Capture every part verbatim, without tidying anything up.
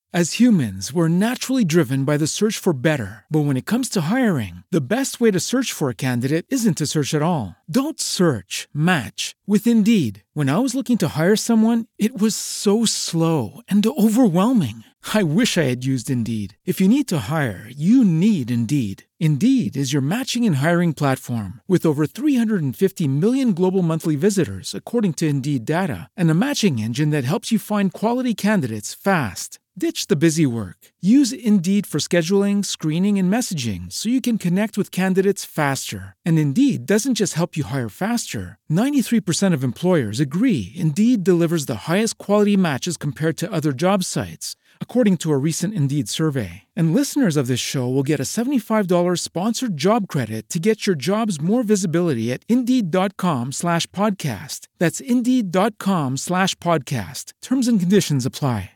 As humans, we're naturally driven by the search for better. But when it comes to hiring, the best way to search for a candidate isn't to search at all. Don't search, match with Indeed. When I was looking to hire someone, it was so slow and overwhelming. I wish I had used Indeed. If you need to hire, you need Indeed. Indeed is your matching and hiring platform with over three hundred fifty million global monthly visitors, according to Indeed data, and a matching engine that helps you find quality candidates fast. Ditch the busy work. Use Indeed for scheduling, screening, and messaging so you can connect with candidates faster. And Indeed doesn't just help you hire faster. ninety-three percent of employers agree Indeed delivers the highest quality matches compared to other job sites, according to a recent Indeed survey. And listeners of this show will get a seventy-five dollars sponsored job credit to get your jobs more visibility at Indeed.com slash podcast. That's Indeed.com slash podcast. Terms and conditions apply.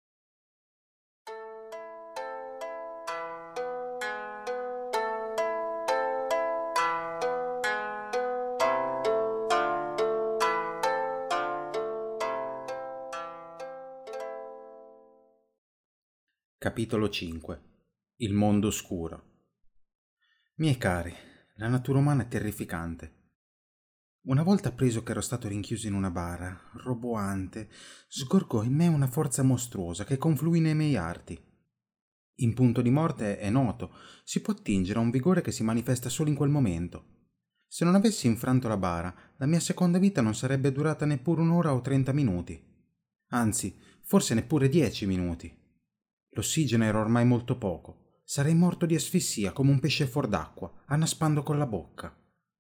Capitolo cinque. Il mondo oscuro. Miei cari, la natura umana è terrificante. Una volta appreso che ero stato rinchiuso in una bara, roboante, sgorgò in me una forza mostruosa che confluì nei miei arti. In punto di morte, è noto, si può attingere a un vigore che si manifesta solo in quel momento. Se non avessi infranto la bara, la mia seconda vita non sarebbe durata neppure un'ora o trenta minuti. Anzi, forse neppure dieci minuti. L'ossigeno era ormai molto poco. Sarei morto di asfissia come un pesce fuor d'acqua, annaspando con la bocca.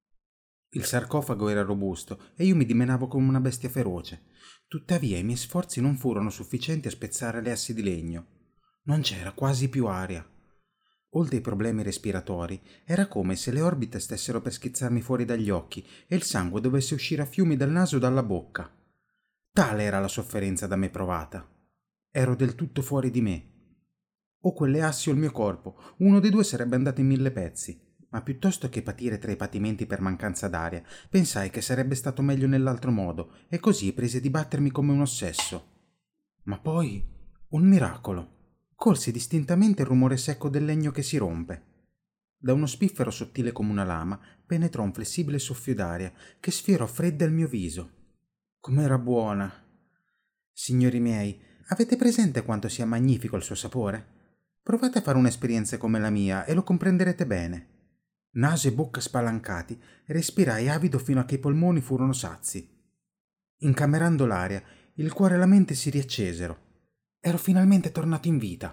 Il sarcofago era robusto e io mi dimenavo come una bestia feroce. Tuttavia i miei sforzi non furono sufficienti a spezzare le assi di legno. Non c'era quasi più aria. Oltre ai problemi respiratori, era come se le orbite stessero per schizzarmi fuori dagli occhi e il sangue dovesse uscire a fiumi dal naso o dalla bocca. Tale era la sofferenza da me provata. Ero del tutto fuori di me. O quelle assi o il mio corpo, uno dei due sarebbe andato in mille pezzi, ma piuttosto che patire tra i patimenti per mancanza d'aria, pensai che sarebbe stato meglio nell'altro modo, e così prese di battermi come un ossesso. Ma poi, un miracolo, colsi distintamente il rumore secco del legno che si rompe. Da uno spiffero sottile come una lama penetrò un flessibile soffio d'aria che sfiorò fredda il mio viso. Com'era buona! Signori miei, avete presente quanto sia magnifico il suo sapore? Provate a fare un'esperienza come la mia e lo comprenderete bene. Naso e bocca spalancati, respirai avido fino a che i polmoni furono sazi. Incamerando l'aria, il cuore e la mente si riaccesero. Ero finalmente tornato in vita.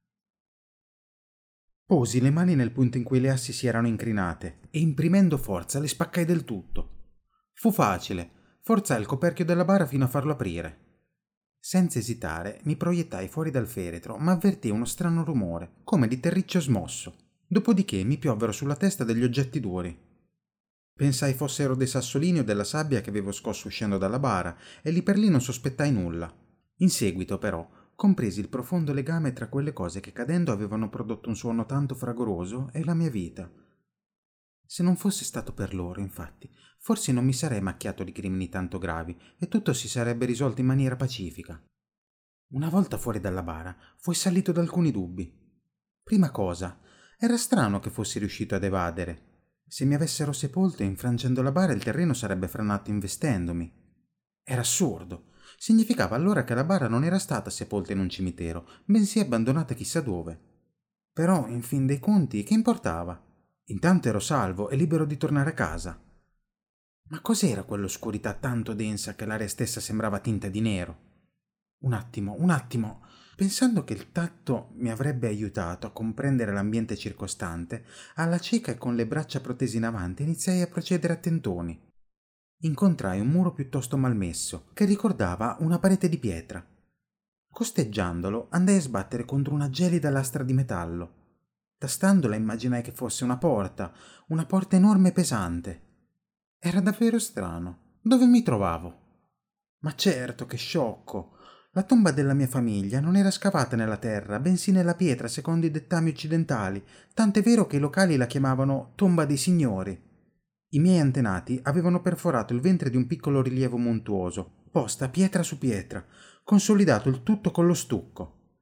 Posi le mani nel punto in cui le assi si erano incrinate e imprimendo forza le spaccai del tutto. Fu facile, forzai il coperchio della bara fino a farlo aprire. Senza esitare mi proiettai fuori dal feretro, ma avvertii uno strano rumore, come di terriccio smosso. Dopodiché mi piovvero sulla testa degli oggetti duri. Pensai fossero dei sassolini o della sabbia che avevo scosso uscendo dalla bara, e lì per lì non sospettai nulla. In seguito, però, compresi il profondo legame tra quelle cose che cadendo avevano prodotto un suono tanto fragoroso e la mia vita. Se non fosse stato per loro, infatti, forse non mi sarei macchiato di crimini tanto gravi e tutto si sarebbe risolto in maniera pacifica. Una volta fuori dalla bara, fui salito da alcuni dubbi. Prima cosa, era strano che fossi riuscito ad evadere. Se mi avessero sepolto infrangendo la bara, il terreno sarebbe franato investendomi. Era assurdo. Significava allora che la bara non era stata sepolta in un cimitero, bensì abbandonata chissà dove. Però, in fin dei conti, che importava? Intanto ero salvo e libero di tornare a casa. Ma cos'era quell'oscurità tanto densa che l'aria stessa sembrava tinta di nero? Un attimo, un attimo. Pensando che il tatto mi avrebbe aiutato a comprendere l'ambiente circostante, alla cieca e con le braccia protese in avanti iniziai a procedere a tentoni. Incontrai un muro piuttosto malmesso, che ricordava una parete di pietra. Costeggiandolo, andai a sbattere contro una gelida lastra di metallo. Tastandola immaginai che fosse una porta, una porta enorme e pesante. Era davvero strano. Dove mi trovavo? Ma certo, che sciocco! La tomba della mia famiglia non era scavata nella terra, bensì nella pietra secondo i dettami occidentali, tant'è vero che i locali la chiamavano tomba dei signori. I miei antenati avevano perforato il ventre di un piccolo rilievo montuoso, posta pietra su pietra, consolidato il tutto con lo stucco.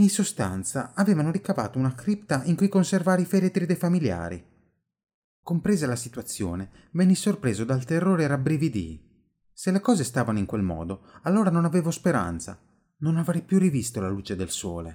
In sostanza, avevano ricavato una cripta in cui conservare i feretri dei familiari. Compresa la situazione, venni sorpreso dal terrore e rabbrividii. Se le cose stavano in quel modo, allora non avevo speranza. Non avrei più rivisto la luce del sole.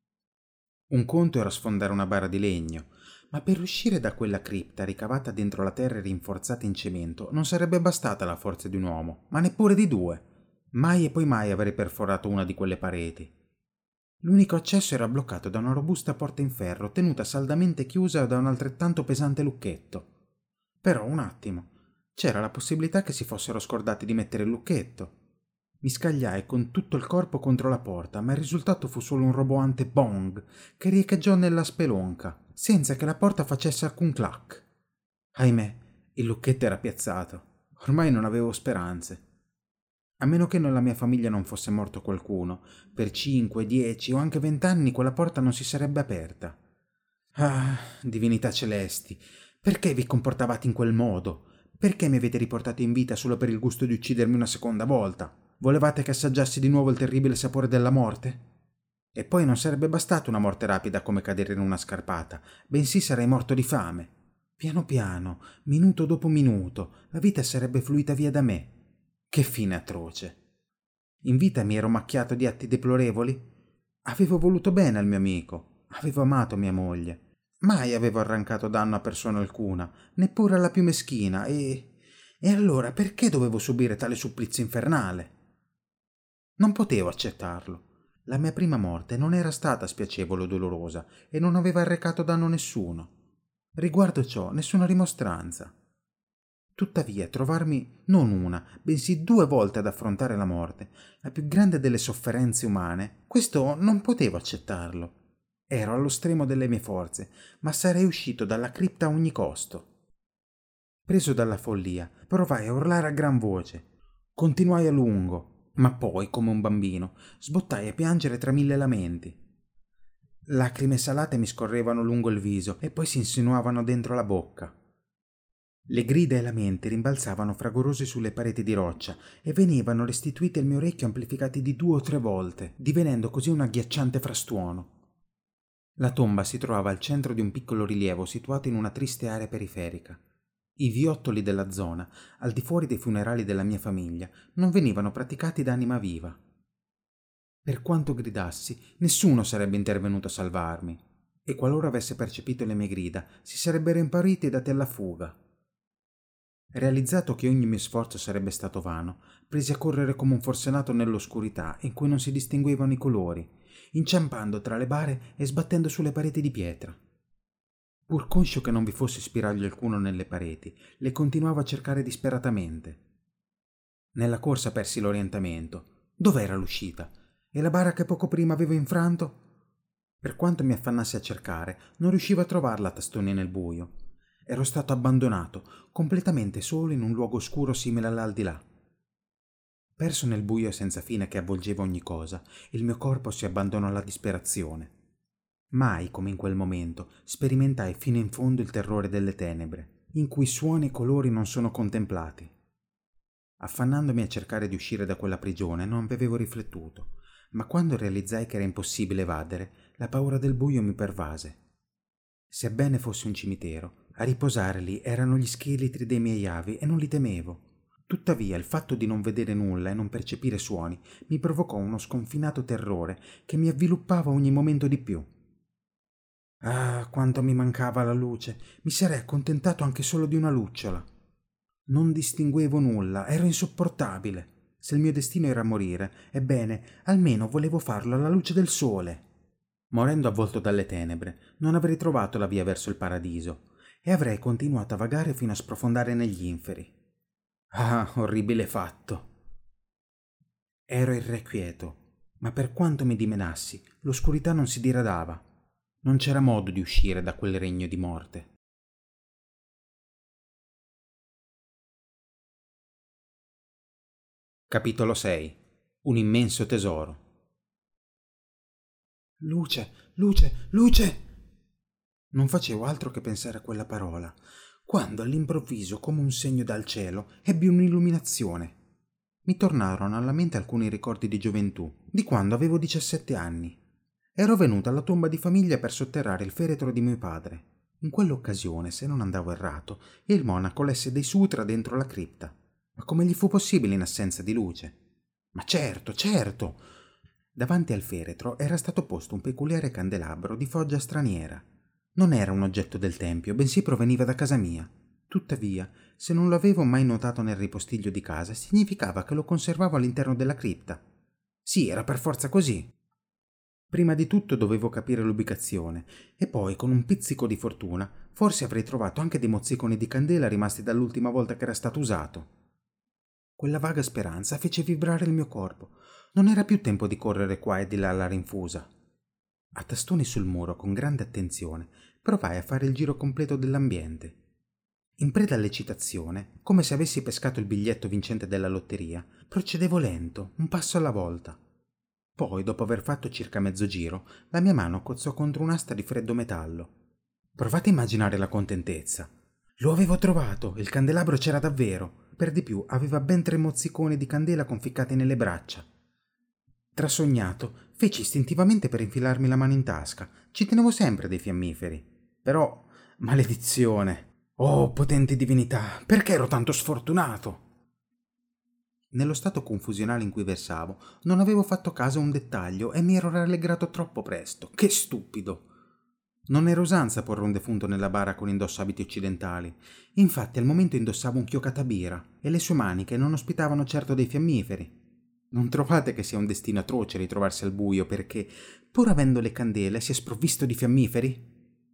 Un conto era sfondare una bara di legno, ma per uscire da quella cripta ricavata dentro la terra e rinforzata in cemento non sarebbe bastata la forza di un uomo, ma neppure di due. Mai e poi mai avrei perforato una di quelle pareti. L'unico accesso era bloccato da una robusta porta in ferro tenuta saldamente chiusa da un altrettanto pesante lucchetto. Però un attimo, c'era la possibilità che si fossero scordati di mettere il lucchetto. Mi scagliai con tutto il corpo contro la porta, ma il risultato fu solo un roboante bong che riecheggiò nella spelonca, senza che la porta facesse alcun clac. Ahimè, il lucchetto era piazzato. Ormai non avevo speranze. A meno che nella mia famiglia non fosse morto qualcuno, per cinque, dieci o anche vent'anni quella porta non si sarebbe aperta. Ah, divinità celesti, perché vi comportavate in quel modo? Perché mi avete riportato in vita solo per il gusto di uccidermi una seconda volta? Volevate che assaggiassi di nuovo il terribile sapore della morte? E poi non sarebbe bastata una morte rapida come cadere in una scarpata, bensì sarei morto di fame. Piano piano, minuto dopo minuto, la vita sarebbe fluita via da me. Che fine atroce! In vita mi ero macchiato di atti deplorevoli? Avevo voluto bene al mio amico, avevo amato mia moglie. Mai avevo arrancato danno a persona alcuna, neppure alla più meschina, e... e allora perché dovevo subire tale supplizio infernale? Non potevo accettarlo. La mia prima morte non era stata spiacevole o dolorosa e non aveva arrecato danno a nessuno. Riguardo ciò, nessuna rimostranza. Tuttavia, trovarmi non una, bensì due volte ad affrontare la morte, la più grande delle sofferenze umane, questo non potevo accettarlo. Ero allo stremo delle mie forze, ma sarei uscito dalla cripta a ogni costo. Preso dalla follia, provai a urlare a gran voce. Continuai a lungo, ma poi, come un bambino, sbottai a piangere tra mille lamenti. Lacrime salate mi scorrevano lungo il viso e poi si insinuavano dentro la bocca. Le grida e i lamenti rimbalzavano fragorosi sulle pareti di roccia e venivano restituite al mio orecchio amplificati di due o tre volte, divenendo così un agghiacciante frastuono. La tomba si trovava al centro di un piccolo rilievo situato in una triste area periferica. I viottoli della zona, al di fuori dei funerali della mia famiglia, non venivano praticati da anima viva. Per quanto gridassi, nessuno sarebbe intervenuto a salvarmi, e qualora avesse percepito le mie grida, si sarebbero impariti e dati alla fuga. Realizzato che ogni mio sforzo sarebbe stato vano, presi a correre come un forsenato nell'oscurità in cui non si distinguevano i colori, inciampando tra le bare e sbattendo sulle pareti di pietra. Pur conscio che non vi fosse spiraglio alcuno nelle pareti, le continuavo a cercare disperatamente. Nella corsa persi l'orientamento. Dov'era l'uscita? E la bara che poco prima avevo infranto? Per quanto mi affannassi a cercare, non riuscivo a trovarla a tastoni nel buio. Ero stato abbandonato, completamente solo in un luogo oscuro simile all'aldilà. Perso nel buio senza fine che avvolgeva ogni cosa, il mio corpo si abbandonò alla disperazione. Mai, come in quel momento, sperimentai fino in fondo il terrore delle tenebre, in cui suoni e colori non sono contemplati. Affannandomi a cercare di uscire da quella prigione, non avevo riflettuto, ma quando realizzai che era impossibile evadere, la paura del buio mi pervase. Sebbene fosse un cimitero, a riposare lì erano gli scheletri dei miei avi e non li temevo. Tuttavia il fatto di non vedere nulla e non percepire suoni mi provocò uno sconfinato terrore che mi avviluppava ogni momento di più. Ah, quanto mi mancava la luce! Mi sarei accontentato anche solo di una lucciola. Non distinguevo nulla, ero insopportabile. Se il mio destino era morire, ebbene, almeno volevo farlo alla luce del sole. Morendo avvolto dalle tenebre, non avrei trovato la via verso il paradiso e avrei continuato a vagare fino a sprofondare negli inferi. Ah, orribile fatto! Ero irrequieto, ma per quanto mi dimenassi, l'oscurità non si diradava. Non c'era modo di uscire da quel regno di morte. Capitolo sei. Un immenso tesoro. Luce, luce, luce! Non facevo altro che pensare a quella parola, quando all'improvviso, come un segno dal cielo, ebbi un'illuminazione. Mi tornarono alla mente alcuni ricordi di gioventù, di quando avevo diciassette anni. Ero venuto alla tomba di famiglia per sotterrare il feretro di mio padre. In quell'occasione, se non andavo errato, il monaco lesse dei sutra dentro la cripta. Ma come gli fu possibile in assenza di luce? Ma certo, certo! Davanti al feretro era stato posto un peculiare candelabro di foggia straniera. Non era un oggetto del tempio, bensì proveniva da casa mia. Tuttavia, se non lo avevo mai notato nel ripostiglio di casa, significava che lo conservavo all'interno della cripta. Sì, era per forza così. Prima di tutto dovevo capire l'ubicazione e poi, con un pizzico di fortuna, forse avrei trovato anche dei mozziconi di candela rimasti dall'ultima volta che era stato usato. Quella vaga speranza fece vibrare il mio corpo. Non era più tempo di correre qua e di là alla rinfusa. A tastoni sul muro, con grande attenzione, provai a fare il giro completo dell'ambiente. In preda all'eccitazione, come se avessi pescato il biglietto vincente della lotteria, procedevo lento, un passo alla volta. Poi, dopo aver fatto circa mezzo giro, la mia mano cozzò contro un'asta di freddo metallo. Provate a immaginare la contentezza. Lo avevo trovato, il candelabro c'era davvero. Per di più, aveva ben tre mozziconi di candela conficcati nelle braccia. Trasognato, feci istintivamente per infilarmi la mano in tasca. Ci tenevo sempre dei fiammiferi. Però, maledizione! Oh, potenti divinità, perché ero tanto sfortunato? Nello stato confusionale in cui versavo, non avevo fatto caso a un dettaglio e mi ero rallegrato troppo presto. Che stupido! Non era usanza porre un defunto nella bara con indosso abiti occidentali. Infatti al momento indossavo un chiocatabira e le sue maniche non ospitavano certo dei fiammiferi. Non trovate che sia un destino atroce ritrovarsi al buio perché, pur avendo le candele, si è sprovvisto di fiammiferi?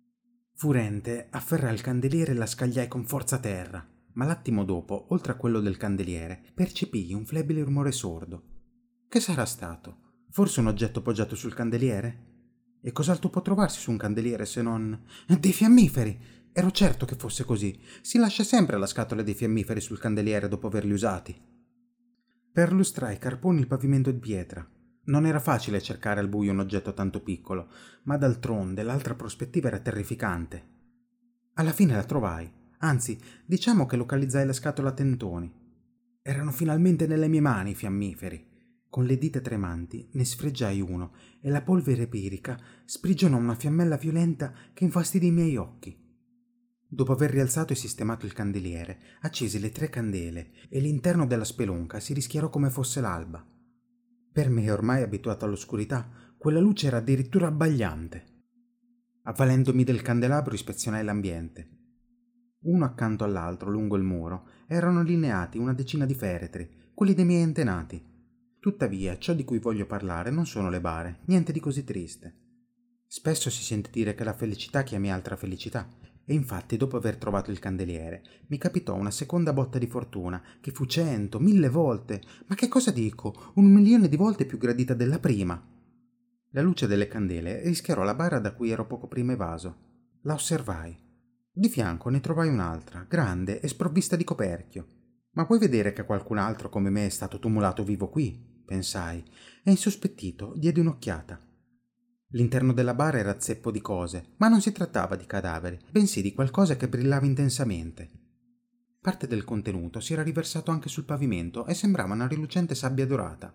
Furente, afferrai il candeliere e la scagliai con forza a terra, ma l'attimo dopo, oltre a quello del candeliere, percepii un flebile rumore sordo. Che sarà stato? Forse un oggetto poggiato sul candeliere? E cos'altro può trovarsi su un candeliere se non... dei fiammiferi! Ero certo che fosse così. Si lascia sempre la scatola dei fiammiferi sul candeliere dopo averli usati. Perlustrai carponi il pavimento di pietra. Non era facile cercare al buio un oggetto tanto piccolo, ma d'altronde l'altra prospettiva era terrificante. Alla fine la trovai, anzi, diciamo che localizzai la scatola a tentoni. Erano finalmente nelle mie mani i fiammiferi. Con le dita tremanti ne sfregiai uno e la polvere pirica sprigionò una fiammella violenta che infastidì i miei occhi. Dopo aver rialzato e sistemato il candeliere, accesi le tre candele e l'interno della spelonca si rischiarò come fosse l'alba. Per me, ormai abituato all'oscurità, quella luce era addirittura abbagliante. Avvalendomi del candelabro ispezionai l'ambiente. Uno accanto all'altro, lungo il muro, erano allineati una decina di feretri, quelli dei miei antenati. Tuttavia, ciò di cui voglio parlare non sono le bare, niente di così triste. Spesso si sente dire che la felicità chiami altra felicità, e infatti dopo aver trovato il candeliere mi capitò una seconda botta di fortuna, che fu cento, mille volte, ma che cosa dico, un milione di volte più gradita della prima. La luce delle candele rischiarò la bara da cui ero poco prima evaso. La osservai. Di fianco ne trovai un'altra, grande e sprovvista di coperchio. Ma puoi vedere che qualcun altro come me è stato tumulato vivo qui? Pensai, e insospettito diedi un'occhiata. L'interno della bara era zeppo di cose, ma non si trattava di cadaveri, bensì di qualcosa che brillava intensamente. Parte del contenuto si era riversato anche sul pavimento e sembrava una rilucente sabbia dorata.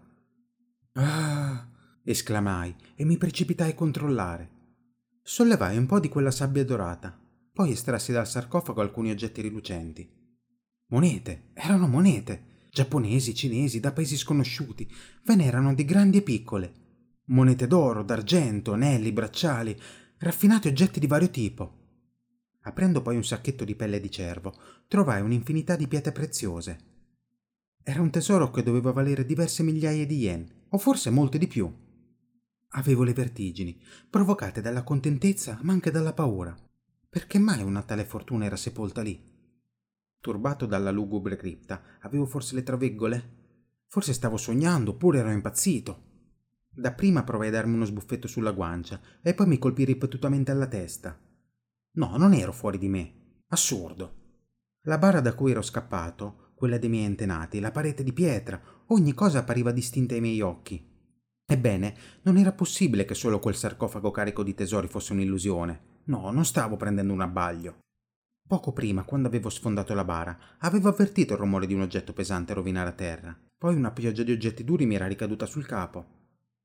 «Ah!» esclamai e mi precipitai a controllare. Sollevai un po' di quella sabbia dorata, poi estrassi dal sarcofago alcuni oggetti rilucenti. Monete, erano monete, giapponesi, cinesi, da paesi sconosciuti, ve n'erano di grandi e piccole. Monete d'oro, d'argento, anelli, bracciali, raffinati oggetti di vario tipo. Aprendo poi un sacchetto di pelle di cervo, trovai un'infinità di pietre preziose. Era un tesoro che doveva valere diverse migliaia di yen, o forse molte di più. Avevo le vertigini, provocate dalla contentezza ma anche dalla paura. Perché mai una tale fortuna era sepolta lì? Turbato dalla lugubre cripta, avevo forse le traveggole? Forse stavo sognando, oppure ero impazzito. Dapprima provai a darmi uno sbuffetto sulla guancia e poi mi colpii ripetutamente alla testa. No, non ero fuori di me. Assurdo. La bara da cui ero scappato, quella dei miei antenati, la parete di pietra, ogni cosa appariva distinta ai miei occhi. Ebbene, non era possibile che solo quel sarcofago carico di tesori fosse un'illusione. No, non stavo prendendo un abbaglio. Poco prima, quando avevo sfondato la bara, avevo avvertito il rumore di un oggetto pesante rovinare a terra. Poi una pioggia di oggetti duri mi era ricaduta sul capo.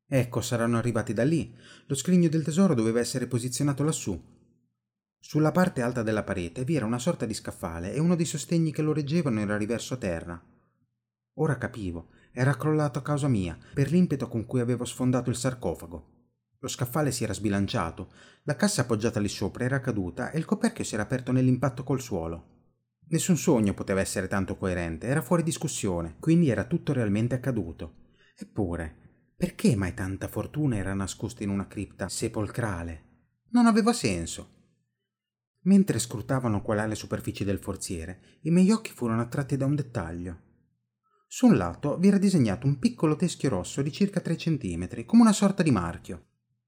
Ecco, saranno arrivati da lì. Lo scrigno del tesoro doveva essere posizionato lassù. Sulla parte alta della parete vi era una sorta di scaffale e uno dei sostegni che lo reggevano era riverso a terra. Ora capivo, era crollato a causa mia, per l'impeto con cui avevo sfondato il sarcofago. Lo scaffale si era sbilanciato, la cassa appoggiata lì sopra era caduta e il coperchio si era aperto nell'impatto col suolo. Nessun sogno poteva essere tanto coerente, era fuori discussione, quindi era tutto realmente accaduto. Eppure, perché mai tanta fortuna era nascosta in una cripta sepolcrale? Non aveva senso. Mentre scrutavano qual è le superfici del forziere, i miei occhi furono attratti da un dettaglio. Su un lato vi era disegnato un piccolo teschio rosso di circa tre centimetri, come una sorta di marchio.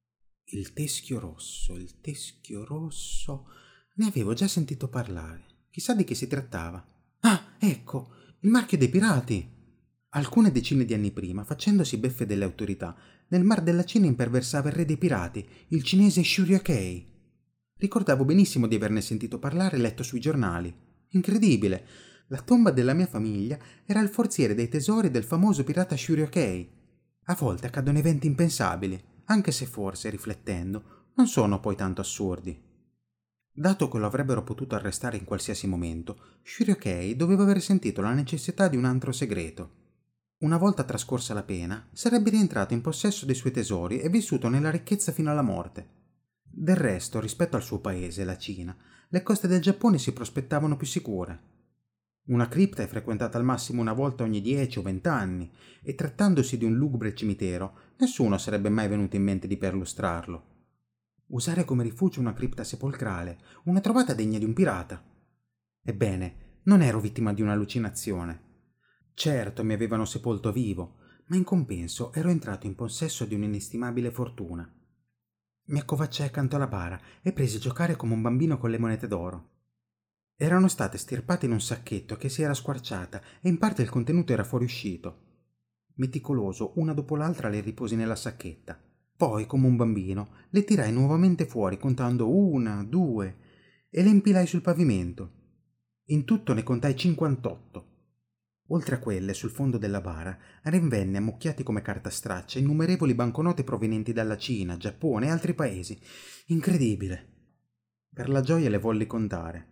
Il teschio rosso, il teschio rosso... Ne avevo già sentito parlare. Chissà di che si trattava. Ah, ecco, il marchio dei pirati! Alcune decine di anni prima, facendosi beffe delle autorità, nel Mar della Cina imperversava il re dei pirati, il cinese Shuriokei. Ricordavo benissimo di averne sentito parlare e letto sui giornali. Incredibile! La tomba della mia famiglia era il forziere dei tesori del famoso pirata Shuriokei. A volte accadono eventi impensabili, anche se forse, riflettendo, non sono poi tanto assurdi. Dato che lo avrebbero potuto arrestare in qualsiasi momento, Shuriokei doveva aver sentito la necessità di un antro segreto. Una volta trascorsa la pena, sarebbe rientrato in possesso dei suoi tesori e vissuto nella ricchezza fino alla morte. Del resto, rispetto al suo paese, la Cina, le coste del Giappone si prospettavano più sicure. Una cripta è frequentata al massimo una volta ogni dieci o vent'anni, e trattandosi di un lugubre cimitero, nessuno sarebbe mai venuto in mente di perlustrarlo. Usare come rifugio una cripta sepolcrale, una trovata degna di un pirata. Ebbene, non ero vittima di un'allucinazione. Certo, mi avevano sepolto vivo, ma in compenso ero entrato in possesso di un'inestimabile fortuna. Mi accovacciai accanto alla bara e presi a giocare come un bambino con le monete d'oro. Erano state stirpate in un sacchetto che si era squarciata e in parte il contenuto era fuoriuscito. Meticoloso, una dopo l'altra le riposi nella sacchetta. Poi, come un bambino, le tirai nuovamente fuori contando una, due e le impilai sul pavimento. In tutto ne contai cinquantotto. Oltre a quelle, sul fondo della bara, rinvenne ammucchiati come carta straccia innumerevoli banconote provenienti dalla Cina, Giappone e altri paesi. Incredibile. Per la gioia le volli contare.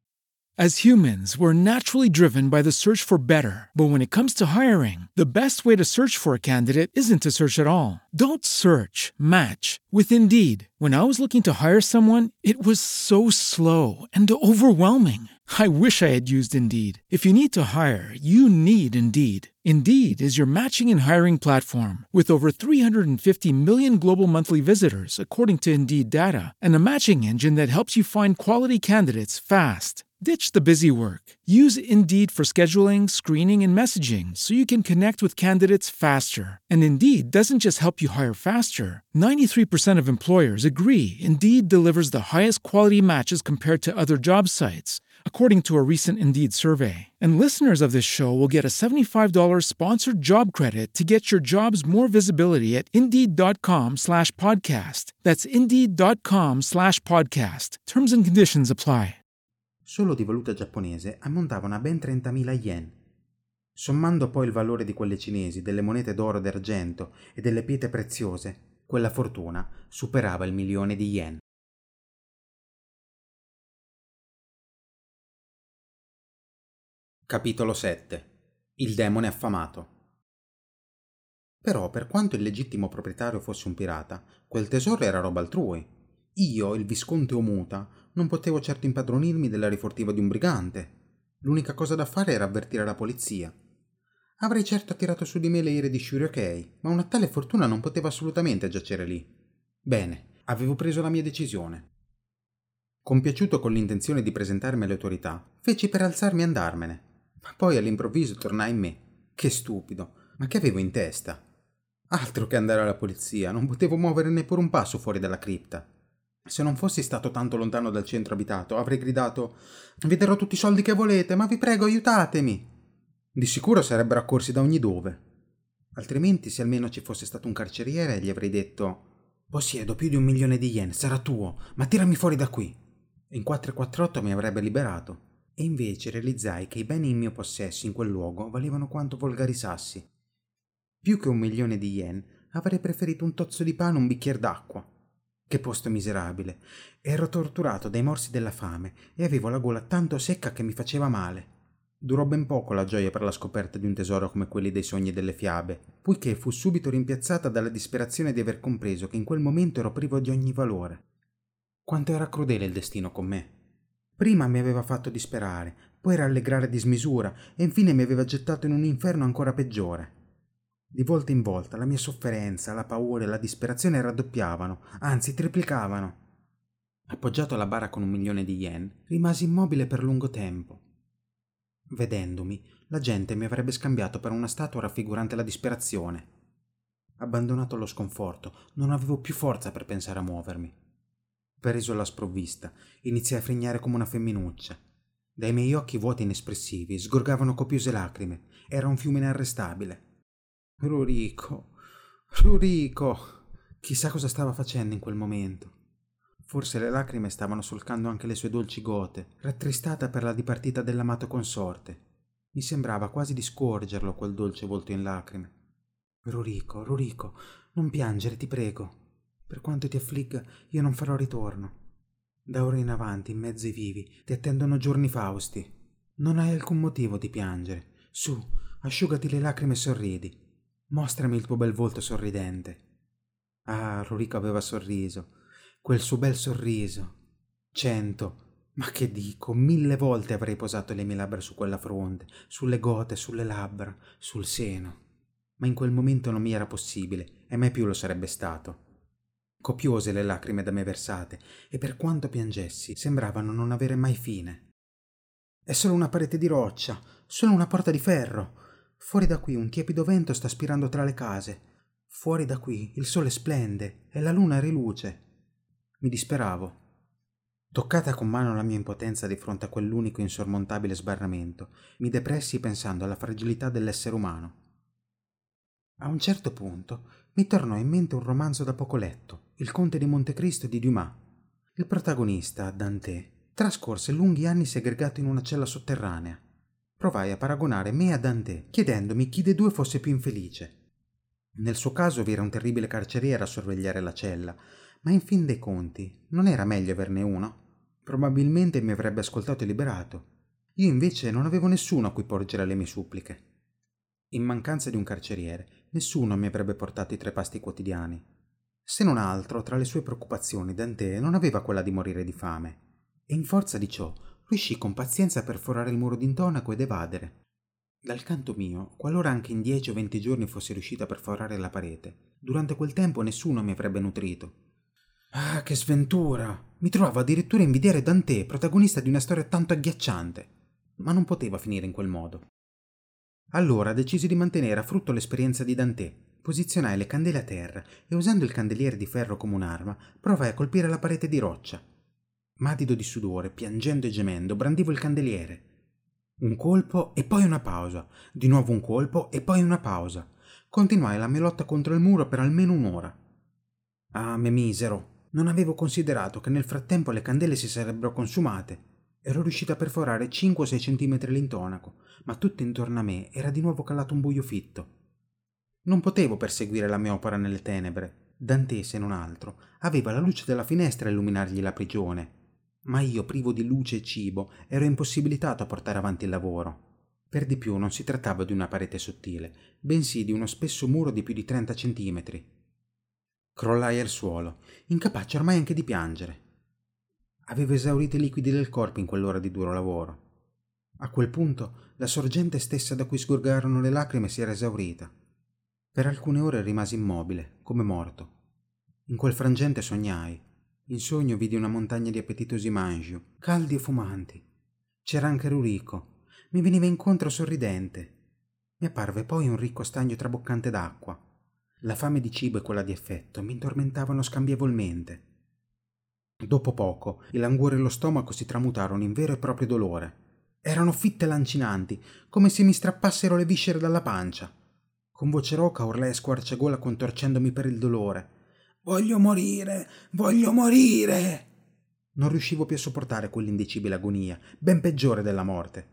As humans, we're naturally driven by the search for better. But when it comes to hiring, the best way to search for a candidate isn't to search at all. Don't search, match with Indeed. When I was looking to hire someone, it was so slow and overwhelming. I wish I had used Indeed. If you need to hire, you need Indeed. Indeed is your matching and hiring platform with over three hundred fifty million global monthly visitors, according to Indeed data, and a matching engine that helps you find quality candidates fast. Ditch the busy work. Use Indeed for scheduling, screening, and messaging so you can connect with candidates faster. And Indeed doesn't just help you hire faster. ninety-three percent of employers agree Indeed delivers the highest quality matches compared to other job sites, according to a recent Indeed survey. And listeners of this show will get a seventy-five dollars sponsored job credit to get your jobs more visibility at Indeed.com slash podcast. That's Indeed.com slash podcast. Terms and conditions apply. Solo di valuta giapponese ammontavano a ben trentamila yen. Sommando poi il valore di quelle cinesi, delle monete d'oro e d'argento e delle pietre preziose, quella fortuna superava il milione di yen. Capitolo sette. Il demone affamato. Però, per quanto il legittimo proprietario fosse un pirata, quel tesoro era roba altrui. Io, il visconte Omuta, non potevo certo impadronirmi della rifortiva di un brigante. L'unica cosa da fare era avvertire la polizia. Avrei certo attirato su di me le ire di Shuriokei, ma una tale fortuna non poteva assolutamente giacere lì. Bene, avevo preso la mia decisione. Compiaciuto con l'intenzione di presentarmi alle autorità, feci per alzarmi e andarmene. Ma poi all'improvviso tornai in me. Che stupido, ma che avevo in testa? Altro che andare alla polizia, non potevo muovere neppure un passo fuori dalla cripta. Se non fossi stato tanto lontano dal centro abitato, avrei gridato: «Vi darò tutti i soldi che volete, ma vi prego, aiutatemi!» Di sicuro sarebbero accorsi da ogni dove. Altrimenti, se almeno ci fosse stato un carceriere, gli avrei detto: «Possiedo più di un milione di yen, sarà tuo, ma tirami fuori da qui!» In quattrocentoquarantotto mi avrebbe liberato. E invece realizzai che i beni in mio possesso in quel luogo valevano quanto volgari sassi. Più che un milione di yen, avrei preferito un tozzo di pane e un bicchiere d'acqua. Che posto miserabile! Ero torturato dai morsi della fame e avevo la gola tanto secca che mi faceva male. Durò ben poco la gioia per la scoperta di un tesoro come quelli dei sogni e delle fiabe, poiché fu subito rimpiazzata dalla disperazione di aver compreso che in quel momento ero privo di ogni valore. Quanto era crudele il destino con me! Prima mi aveva fatto disperare, poi rallegrare a dismisura e infine mi aveva gettato in un inferno ancora peggiore. Di volta in volta la mia sofferenza, la paura e la disperazione raddoppiavano, anzi triplicavano. Appoggiato alla bara con un milione di yen, rimasi immobile per lungo tempo. Vedendomi, la gente mi avrebbe scambiato per una statua raffigurante la disperazione. Abbandonato allo sconforto, non avevo più forza per pensare a muovermi. Preso alla sprovvista, iniziai a frignare come una femminuccia. Dai miei occhi vuoti e inespressivi sgorgavano copiose lacrime. Era un fiume inarrestabile. Rurico, Rurico! Chissà cosa stava facendo in quel momento. Forse le lacrime stavano solcando anche le sue dolci gote, rattristata per la dipartita dell'amato consorte. Mi sembrava quasi di scorgerlo quel dolce volto in lacrime. Rurico, Rurico, non piangere, ti prego. Per quanto ti affligga, io non farò ritorno. Da ora in avanti, in mezzo ai vivi, ti attendono giorni fausti. Non hai alcun motivo di piangere. Su, asciugati le lacrime e sorridi. Mostrami il tuo bel volto sorridente. Ah, Rurico aveva sorriso. Quel suo bel sorriso. Cento, ma che dico, mille volte avrei posato le mie labbra su quella fronte, sulle gote, sulle labbra, sul seno. Ma in quel momento non mi era possibile, e mai più lo sarebbe stato. Copiose le lacrime da me versate, e per quanto piangessi, sembravano non avere mai fine. È solo una parete di roccia, solo una porta di ferro. Fuori da qui un tiepido vento sta spirando tra le case. Fuori da qui il sole splende e la luna riluce. Mi disperavo. Toccata con mano la mia impotenza di fronte a quell'unico insormontabile sbarramento, mi depressi pensando alla fragilità dell'essere umano. A un certo punto mi tornò in mente un romanzo da poco letto, Il Conte di Montecristo di Dumas. Il protagonista, Dante, trascorse lunghi anni segregato in una cella sotterranea. Provai a paragonare me a Dante, chiedendomi chi dei due fosse più infelice. Nel suo caso vi era un terribile carceriere a sorvegliare la cella, ma in fin dei conti non era meglio averne uno? Probabilmente mi avrebbe ascoltato e liberato. Io invece non avevo nessuno a cui porgere le mie suppliche. In mancanza di un carceriere, nessuno mi avrebbe portato i tre pasti quotidiani. Se non altro, tra le sue preoccupazioni, Dante non aveva quella di morire di fame. E in forza di ciò, riuscì con pazienza a perforare il muro d'intonaco ed evadere. Dal canto mio, qualora anche in dieci o venti giorni fossi riuscito a perforare la parete, durante quel tempo nessuno mi avrebbe nutrito. Ah, che sventura! Mi trovavo addirittura a invidiare Dante, protagonista di una storia tanto agghiacciante. Ma non poteva finire in quel modo. Allora decisi di mantenere a frutto l'esperienza di Dante. Posizionai le candele a terra e, usando il candeliere di ferro come un'arma, provai a colpire la parete di roccia. Madido di sudore, piangendo e gemendo, brandivo il candeliere. Un colpo e poi una pausa, di nuovo un colpo e poi una pausa. Continuai la mia lotta contro il muro per almeno un'ora. Ah, me misero! Non avevo considerato che nel frattempo le candele si sarebbero consumate. Ero riuscito a perforare cinque o sei centimetri l'intonaco, ma tutto intorno a me era di nuovo calato un buio fitto. Non potevo perseguire la mia opera nelle tenebre. Dante, se non altro, aveva la luce della finestra a illuminargli la prigione. Ma io, privo di luce e cibo, ero impossibilitato a portare avanti il lavoro. Per di più non si trattava di una parete sottile, bensì di uno spesso muro di più di trenta centimetri. Crollai al suolo, incapace ormai anche di piangere. Avevo esaurito i liquidi del corpo in quell'ora di duro lavoro. A quel punto la sorgente stessa da cui sgorgarono le lacrime si era esaurita. Per alcune ore rimasi immobile, come morto. In quel frangente sognai. In sogno vidi una montagna di appetitosi mangiu, caldi e fumanti. C'era anche Rurico. Mi veniva incontro sorridente. Mi apparve poi un ricco stagno traboccante d'acqua. La fame di cibo e quella di affetto mi tormentavano scambievolmente. Dopo poco il languore e lo stomaco si tramutarono in vero e proprio dolore. Erano fitte lancinanti, come se mi strappassero le viscere dalla pancia. Con voce roca urlai a squarciagola contorcendomi per il dolore. «Voglio morire! Voglio morire!» Non riuscivo più a sopportare quell'indicibile agonia, ben peggiore della morte.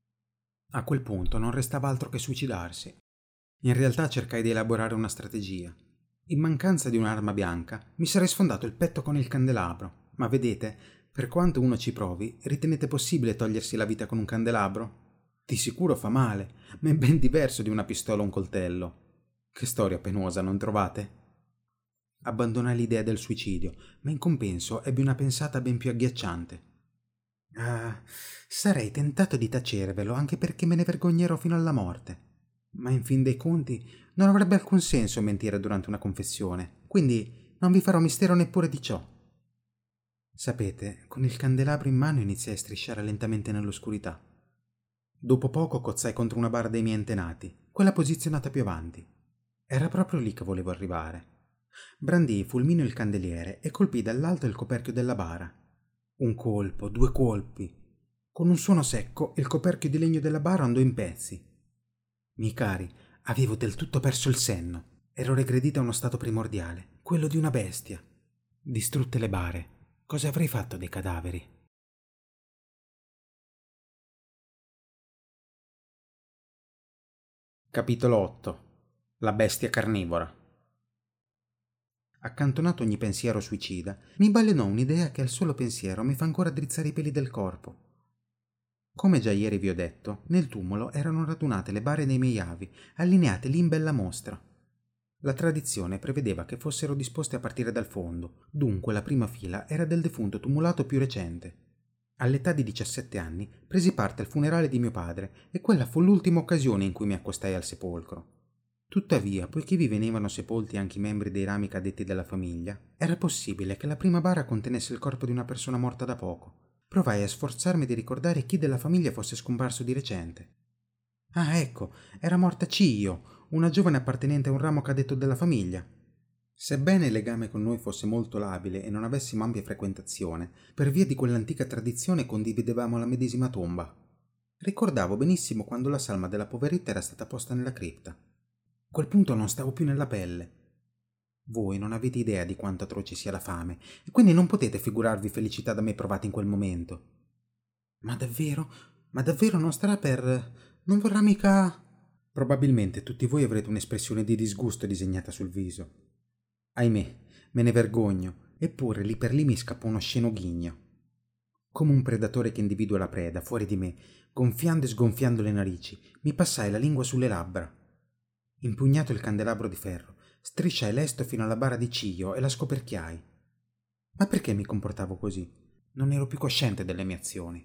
A quel punto non restava altro che suicidarsi. In realtà cercai di elaborare una strategia. In mancanza di un'arma bianca, mi sarei sfondato il petto con il candelabro. Ma vedete, per quanto uno ci provi, ritenete possibile togliersi la vita con un candelabro? Di sicuro fa male, ma è ben diverso di una pistola o un coltello. Che storia penosa, non trovate? Abbandonai l'idea del suicidio, ma in compenso ebbi una pensata ben più agghiacciante. Ah, sarei tentato di tacervelo anche perché me ne vergognerò fino alla morte. Ma in fin dei conti non avrebbe alcun senso mentire durante una confessione, quindi non vi farò mistero neppure di ciò. Sapete, con il candelabro in mano iniziai a strisciare lentamente nell'oscurità. Dopo poco cozzai contro una bara dei miei antenati, quella posizionata più avanti. Era proprio lì che volevo arrivare. Brandii fulmineo il candeliere e colpii dall'alto il coperchio della bara. Un colpo, due colpi. Con un suono secco il coperchio di legno della bara andò in pezzi. Miei cari, avevo del tutto perso il senno. Ero regredita a uno stato primordiale, quello di una bestia. Distrutte le bare. Cosa avrei fatto dei cadaveri? Capitolo otto. La bestia carnivora. Accantonato ogni pensiero suicida, mi balenò un'idea che al solo pensiero mi fa ancora drizzare i peli del corpo. Come già ieri vi ho detto, nel tumulo erano radunate le bare dei miei avi, allineate lì in bella mostra. La tradizione prevedeva che fossero disposte a partire dal fondo, dunque la prima fila era del defunto tumulato più recente. All'età di diciassette anni presi parte al funerale di mio padre e quella fu l'ultima occasione in cui mi accostai al sepolcro. Tuttavia, poiché vi venivano sepolti anche i membri dei rami cadetti della famiglia, era possibile che la prima bara contenesse il corpo di una persona morta da poco. Provai a sforzarmi di ricordare chi della famiglia fosse scomparso di recente. Ah, ecco, era morta Ciio, una giovane appartenente a un ramo cadetto della famiglia. Sebbene il legame con noi fosse molto labile e non avessimo ampia frequentazione, per via di quell'antica tradizione condividevamo la medesima tomba. Ricordavo benissimo quando la salma della poveretta era stata posta nella cripta. A quel punto non stavo più nella pelle. Voi non avete idea di quanto atroce sia la fame, e quindi non potete figurarvi felicità da me provata in quel momento. Ma davvero? Ma davvero non starà per... non vorrà mica... Probabilmente tutti voi avrete un'espressione di disgusto disegnata sul viso. Ahimè, me ne vergogno, eppure lì per lì mi scappò uno sceno ghigno. Come un predatore che individua la preda, fuori di me, gonfiando e sgonfiando le narici, mi passai la lingua sulle labbra. Impugnato il candelabro di ferro, strisciai lesto fino alla bara di Ciio e la scoperchiai. Ma perché mi comportavo così? Non ero più cosciente delle mie azioni.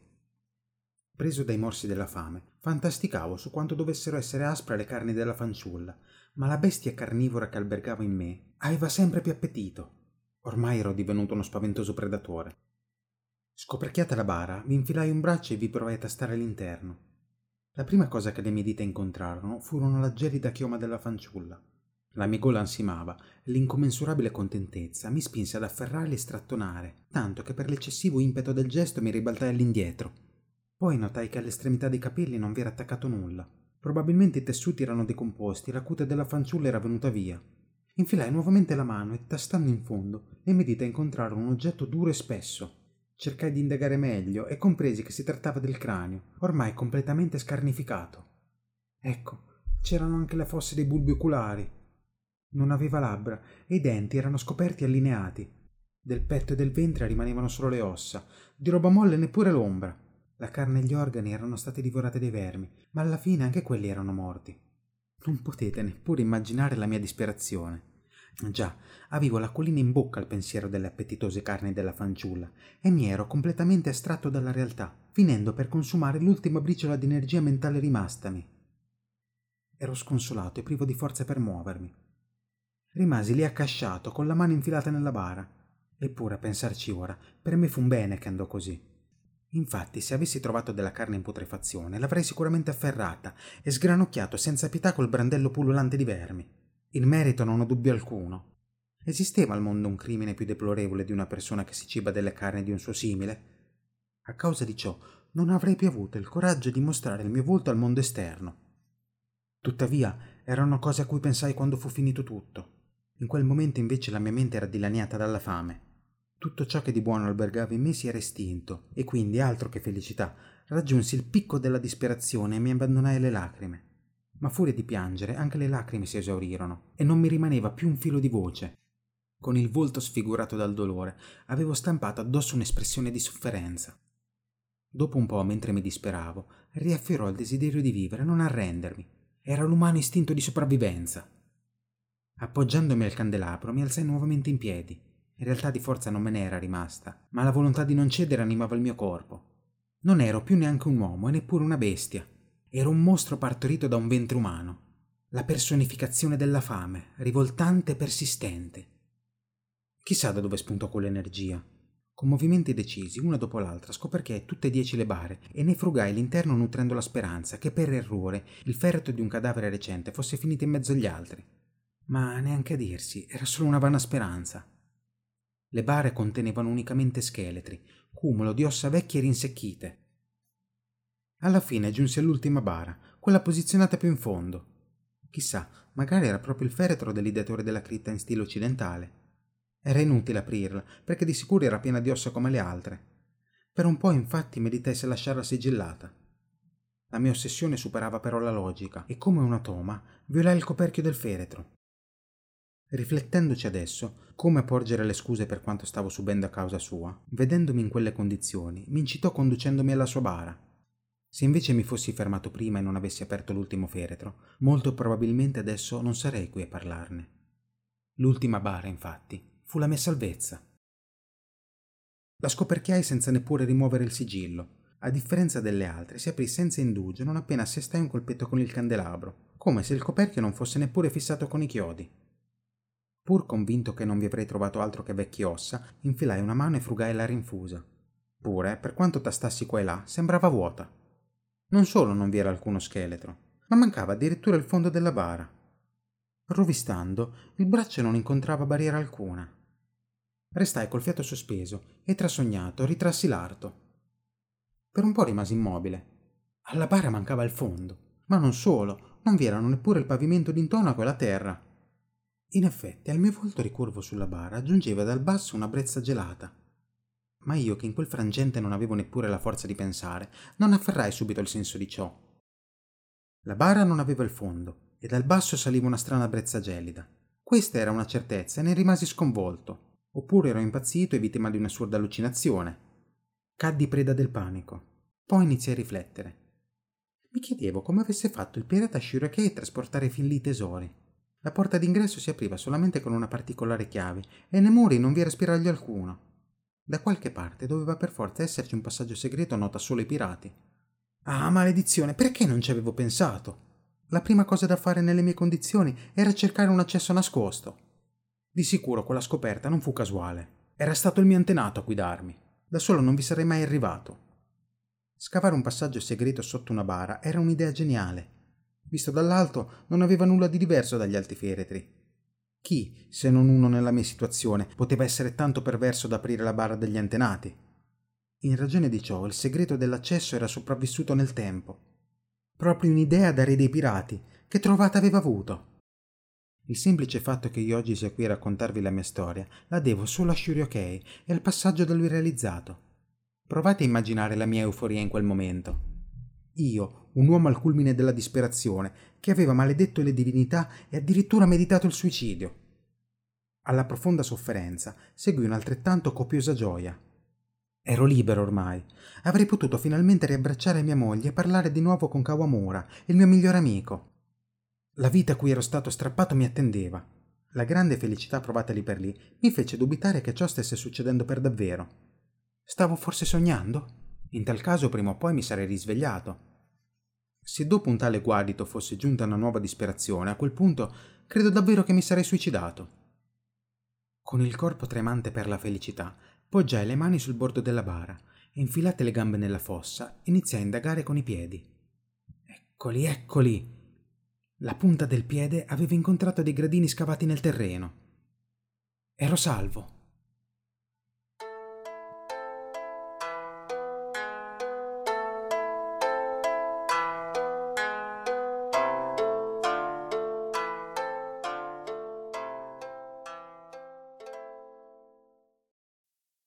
Preso dai morsi della fame, fantasticavo su quanto dovessero essere aspre le carni della fanciulla, ma la bestia carnivora che albergava in me aveva sempre più appetito. Ormai ero divenuto uno spaventoso predatore. Scoperchiata la bara, vi infilai un braccio e vi provai a tastare all'interno. La prima cosa che le mie dita incontrarono furono la gelida chioma della fanciulla. La mia gola ansimava e l'incommensurabile contentezza mi spinse ad afferrarli e strattonare, tanto che per l'eccessivo impeto del gesto mi ribaltai all'indietro. Poi notai che all'estremità dei capelli non vi era attaccato nulla. Probabilmente i tessuti erano decomposti e la cute della fanciulla era venuta via. Infilai nuovamente la mano e, tastando in fondo, le mie dita incontrarono un oggetto duro e spesso. Cercai di indagare meglio e compresi che si trattava del cranio, ormai completamente scarnificato. Ecco, c'erano anche le fosse dei bulbi oculari. Non aveva labbra e i denti erano scoperti e allineati. Del petto e del ventre rimanevano solo le ossa, di roba molle neppure l'ombra. La carne e gli organi erano stati divorati dai vermi, ma alla fine anche quelli erano morti. Non potete neppure immaginare la mia disperazione. Già, avevo l'acquolina in bocca al pensiero delle appetitose carni della fanciulla e mi ero completamente astratto dalla realtà, finendo per consumare l'ultima briciola di energia mentale rimastami. Ero sconsolato e privo di forze per muovermi. Rimasi lì accasciato, con la mano infilata nella bara. Eppure, a pensarci ora, per me fu un bene che andò così. Infatti, se avessi trovato della carne in putrefazione, l'avrei sicuramente afferrata e sgranocchiato senza pietà col brandello pullulante di vermi. Il merito non ho dubbio alcuno. Esisteva al mondo un crimine più deplorevole di una persona che si ciba delle carni di un suo simile? A causa di ciò, non avrei più avuto il coraggio di mostrare il mio volto al mondo esterno. Tuttavia, erano cose a cui pensai quando fu finito tutto. In quel momento invece la mia mente era dilaniata dalla fame. Tutto ciò che di buono albergava in me si era estinto, e quindi, altro che felicità, raggiunsi il picco della disperazione e mi abbandonai alle lacrime. Ma a furia di piangere anche le lacrime si esaurirono e non mi rimaneva più un filo di voce. Con il volto sfigurato dal dolore avevo stampato addosso un'espressione di sofferenza. Dopo un po', mentre mi disperavo, riaffiorò il desiderio di vivere, non arrendermi. Era l'umano istinto di sopravvivenza. Appoggiandomi al candelabro mi alzai nuovamente in piedi. In realtà di forza non me ne era rimasta, ma la volontà di non cedere animava il mio corpo. Non ero più neanche un uomo e neppure una bestia. Ero un mostro partorito da un ventre umano. La personificazione della fame, rivoltante e persistente. Chissà da dove spuntò quell'energia. Con movimenti decisi, una dopo l'altra, scoperchiai tutte e dieci le bare e ne frugai l'interno nutrendo la speranza che per errore il feretro di un cadavere recente fosse finito in mezzo agli altri. Ma neanche a dirsi, era solo una vana speranza. Le bare contenevano unicamente scheletri, cumulo di ossa vecchie e rinsecchite. Alla fine giunsi all'ultima bara, quella posizionata più in fondo. Chissà, magari era proprio il feretro dell'ideatore della cripta in stile occidentale. Era inutile aprirla, perché di sicuro era piena di ossa come le altre. Per un po', infatti, meditai se lasciarla sigillata. La mia ossessione superava però la logica, e come un automa violai il coperchio del feretro. Riflettendoci adesso, come porgere le scuse per quanto stavo subendo a causa sua, vedendomi in quelle condizioni, mi incitò conducendomi alla sua bara. Se invece mi fossi fermato prima e non avessi aperto l'ultimo feretro, molto probabilmente adesso non sarei qui a parlarne. L'ultima bara, infatti, fu la mia salvezza. La scoperchiai senza neppure rimuovere il sigillo. A differenza delle altre, si aprì senza indugio non appena assestai un colpetto con il candelabro, come se il coperchio non fosse neppure fissato con i chiodi. Pur convinto che non vi avrei trovato altro che vecchie ossa, infilai una mano e frugai la rinfusa. Pure, per quanto tastassi qua e là, sembrava vuota. Non solo non vi era alcuno scheletro, ma mancava addirittura il fondo della bara. Rovistando, il braccio non incontrava barriera alcuna. Restai col fiato sospeso e trasognato ritrassi l'arto. Per un po' rimasi immobile. Alla bara mancava il fondo, ma non solo, non vi erano neppure il pavimento d'intonaco e la terra. In effetti, al mio volto ricurvo sulla bara giungeva dal basso una brezza gelata. Ma io, che in quel frangente non avevo neppure la forza di pensare, non afferrai subito il senso di ciò. La bara non aveva il fondo, e dal basso saliva una strana brezza gelida. Questa era una certezza e ne rimasi sconvolto. Oppure ero impazzito e vittima di un'assurda allucinazione. Caddi preda del panico. Poi iniziai a riflettere. Mi chiedevo come avesse fatto il pirata Shirokei a trasportare fin lì i tesori. La porta d'ingresso si apriva solamente con una particolare chiave e nei muri non vi era spiraglio alcuno. Da qualche parte doveva per forza esserci un passaggio segreto noto solo ai pirati. Ah, maledizione, perché non ci avevo pensato? La prima cosa da fare nelle mie condizioni era cercare un accesso nascosto. Di sicuro quella scoperta non fu casuale. Era stato il mio antenato a guidarmi. Da solo non vi sarei mai arrivato. Scavare un passaggio segreto sotto una bara era un'idea geniale. Visto dall'alto, non aveva nulla di diverso dagli altri feretri. Chi, se non uno nella mia situazione, poteva essere tanto perverso da aprire la bara degli antenati? In ragione di ciò, il segreto dell'accesso era sopravvissuto nel tempo. Proprio un'idea da re dei pirati, che trovata aveva avuto. Il semplice fatto che io oggi sia qui a raccontarvi la mia storia la devo solo a Shirokei e al passaggio da lui realizzato. Provate a immaginare la mia euforia in quel momento. Io, un uomo al culmine della disperazione, che aveva maledetto le divinità e addirittura meditato il suicidio. Alla profonda sofferenza seguì un'altrettanto copiosa gioia. Ero libero ormai. Avrei potuto finalmente riabbracciare mia moglie e parlare di nuovo con Kawamura, il mio migliore amico. La vita a cui ero stato strappato mi attendeva. La grande felicità provata lì per lì mi fece dubitare che ciò stesse succedendo per davvero. Stavo forse sognando? In tal caso prima o poi mi sarei risvegliato. Se dopo un tale guadito fosse giunta una nuova disperazione, a quel punto credo davvero che mi sarei suicidato. Con il corpo tremante per la felicità, poggiai le mani sul bordo della bara e, infilate le gambe nella fossa, iniziai a indagare con i piedi. Eccoli, eccoli! La punta del piede aveva incontrato dei gradini scavati nel terreno. Ero salvo.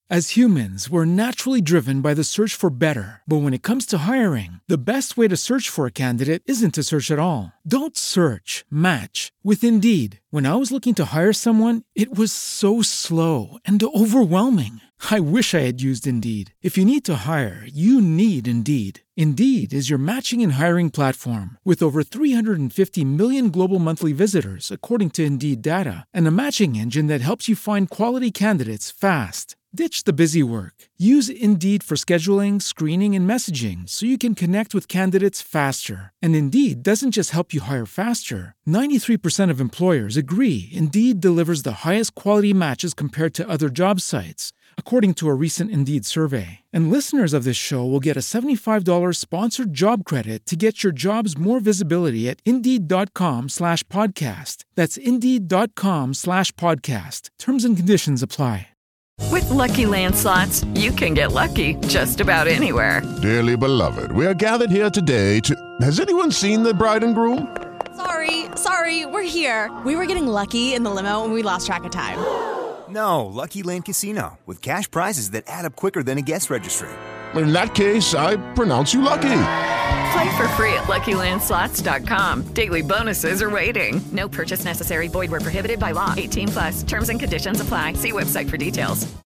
As humans, we're naturally driven by the search for better. But when it comes to hiring, the best way to search for a candidate isn't to search at all. Don't search, match with Indeed. When I was looking to hire someone, it was so slow and overwhelming. I wish I had used Indeed. If you need to hire, you need Indeed. Indeed is your matching and hiring platform with over three hundred fifty million global monthly visitors, according to Indeed data, and a matching engine that helps you find quality candidates fast. Ditch the busy work. Use Indeed for scheduling, screening, and messaging so you can connect with candidates faster. And Indeed doesn't just help you hire faster. ninety-three percent of employers agree Indeed delivers the highest quality matches compared to other job sites, according to a recent Indeed survey. And listeners of this show will get a seventy-five dollars sponsored job credit to get your jobs more visibility at Indeed.com slash podcast. That's Indeed.com slash podcast. Terms and conditions apply. With Lucky Land Slots, you can get lucky just about anywhere. Dearly beloved, we are gathered here today to... Has anyone seen the bride and groom? Sorry, sorry, we're here. We were getting lucky in the limo and we lost track of time. No, Lucky Land Casino, with cash prizes that add up quicker than a guest registry. In that case, I pronounce you lucky. Play for free at Lucky Land Slots dot com. Daily bonuses are waiting. No purchase necessary. Void where prohibited by law. eighteen plus. Terms and conditions apply. See website for details.